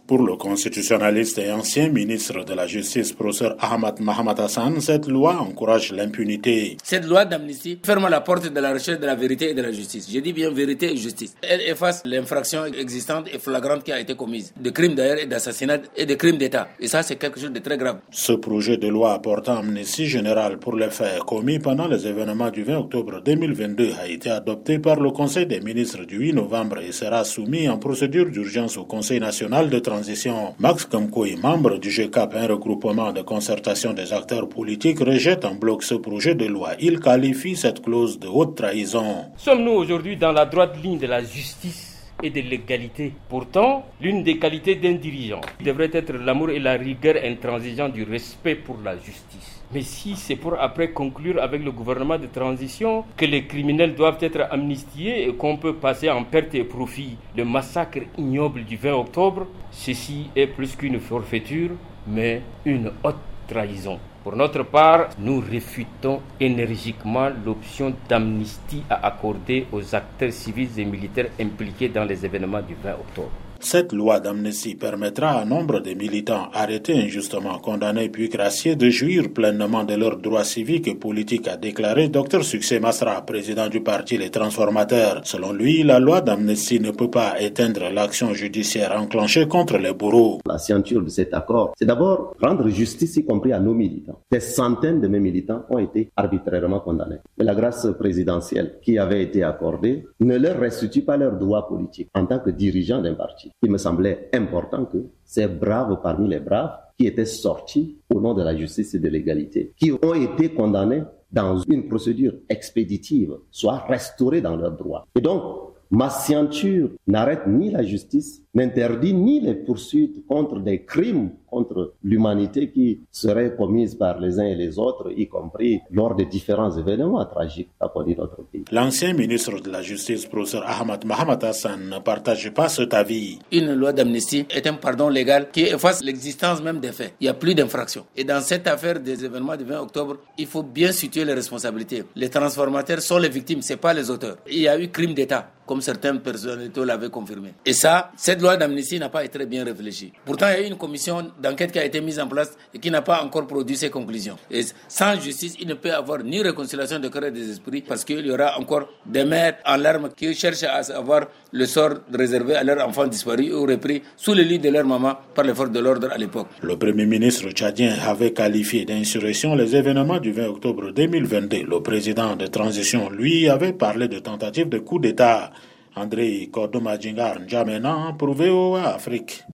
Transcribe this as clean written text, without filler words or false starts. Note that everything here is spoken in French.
Pour le constitutionnaliste et ancien ministre de la Justice, professeur Ahmad Mahamat Hassan, cette loi encourage l'impunité. Cette loi d'amnistie ferme la porte de la recherche de la vérité et de la justice. Je dis bien vérité et justice. Elle efface l'infraction existante et flagrante qui a été commise. De crimes d'ailleurs et d'assassinat et de crimes d'État. Et ça, c'est quelque chose de très grave. Ce projet de loi portant amnistie générale pour les faits commis pendant les événements du 20 octobre 2022 a été adopté par le Conseil des ministres du 8 novembre et sera soumis en procédure d'urgence au Conseil national de transition. Max Kamkoui, membre du GCAP, un regroupement de concertation des acteurs politiques, rejette en bloc ce projet de loi. Il qualifie cette clause de haute trahison. Sommes-nous aujourd'hui dans la droite ligne de la justice et de l'égalité? Pourtant, l'une des qualités d'un dirigeant devrait être l'amour et la rigueur intransigeante du respect pour la justice. Mais si c'est pour après conclure avec le gouvernement de transition que les criminels doivent être amnistiés et qu'on peut passer en perte et profit le massacre ignoble du 20 octobre, ceci est plus qu'une forfaiture, mais une haute trahison. Pour notre part, nous réfutons énergiquement l'option d'amnistie à accorder aux acteurs civils et militaires impliqués dans les événements du 20 octobre. Cette loi d'amnistie permettra à nombre de militants arrêtés injustement condamnés puis graciés de jouir pleinement de leurs droits civiques et politiques, a déclaré Dr Succès Masra, président du parti Les Transformateurs. Selon lui, la loi d'amnistie ne peut pas éteindre l'action judiciaire enclenchée contre les bourreaux. La signature de cet accord, c'est d'abord rendre justice, y compris à nos militants. Des centaines de mes militants ont été arbitrairement condamnés. Mais la grâce présidentielle qui avait été accordée ne leur restitue pas leurs droits politiques en tant que dirigeants d'un parti. Il me semblait important que ces braves parmi les braves qui étaient sortis au nom de la justice et de l'égalité, qui ont été condamnés dans une procédure expéditive, soient restaurés dans leurs droits. Et donc, ma signature n'arrête ni la justice, n'interdit ni les poursuites contre des crimes contre l'humanité qui seraient commises par les uns et les autres, y compris lors des différents événements tragiques qu'a connu notre pays. L'ancien ministre de la Justice, professeur Ahmad Mahamat Hassan, ne partage pas cet avis. Une loi d'amnistie est un pardon légal qui efface l'existence même des faits. Il n'y a plus d'infraction. Et dans cette affaire des événements du 20 octobre, il faut bien situer les responsabilités. Les transformateurs sont les victimes, ce n'est pas les auteurs. Il y a eu crime d'État, comme certaines personnalités l'avaient confirmé. Et ça, cette loi d'amnistie n'a pas été très bien réfléchie. Pourtant, il y a eu une commission d'enquête qui a été mise en place et qui n'a pas encore produit ses conclusions. Et sans justice, il ne peut y avoir ni réconciliation de cœur et des esprits parce qu'il y aura encore des mères en larmes qui cherchent à savoir le sort réservé à leurs enfants disparus ou repris sous le lit de leur maman par les forces de l'ordre à l'époque. Le premier ministre tchadien avait qualifié d'insurrection les événements du 20 octobre 2022. Le président de transition, lui, avait parlé de tentative de coup d'État. André Kordomadjingar N'Djamena pour VOA Afrique.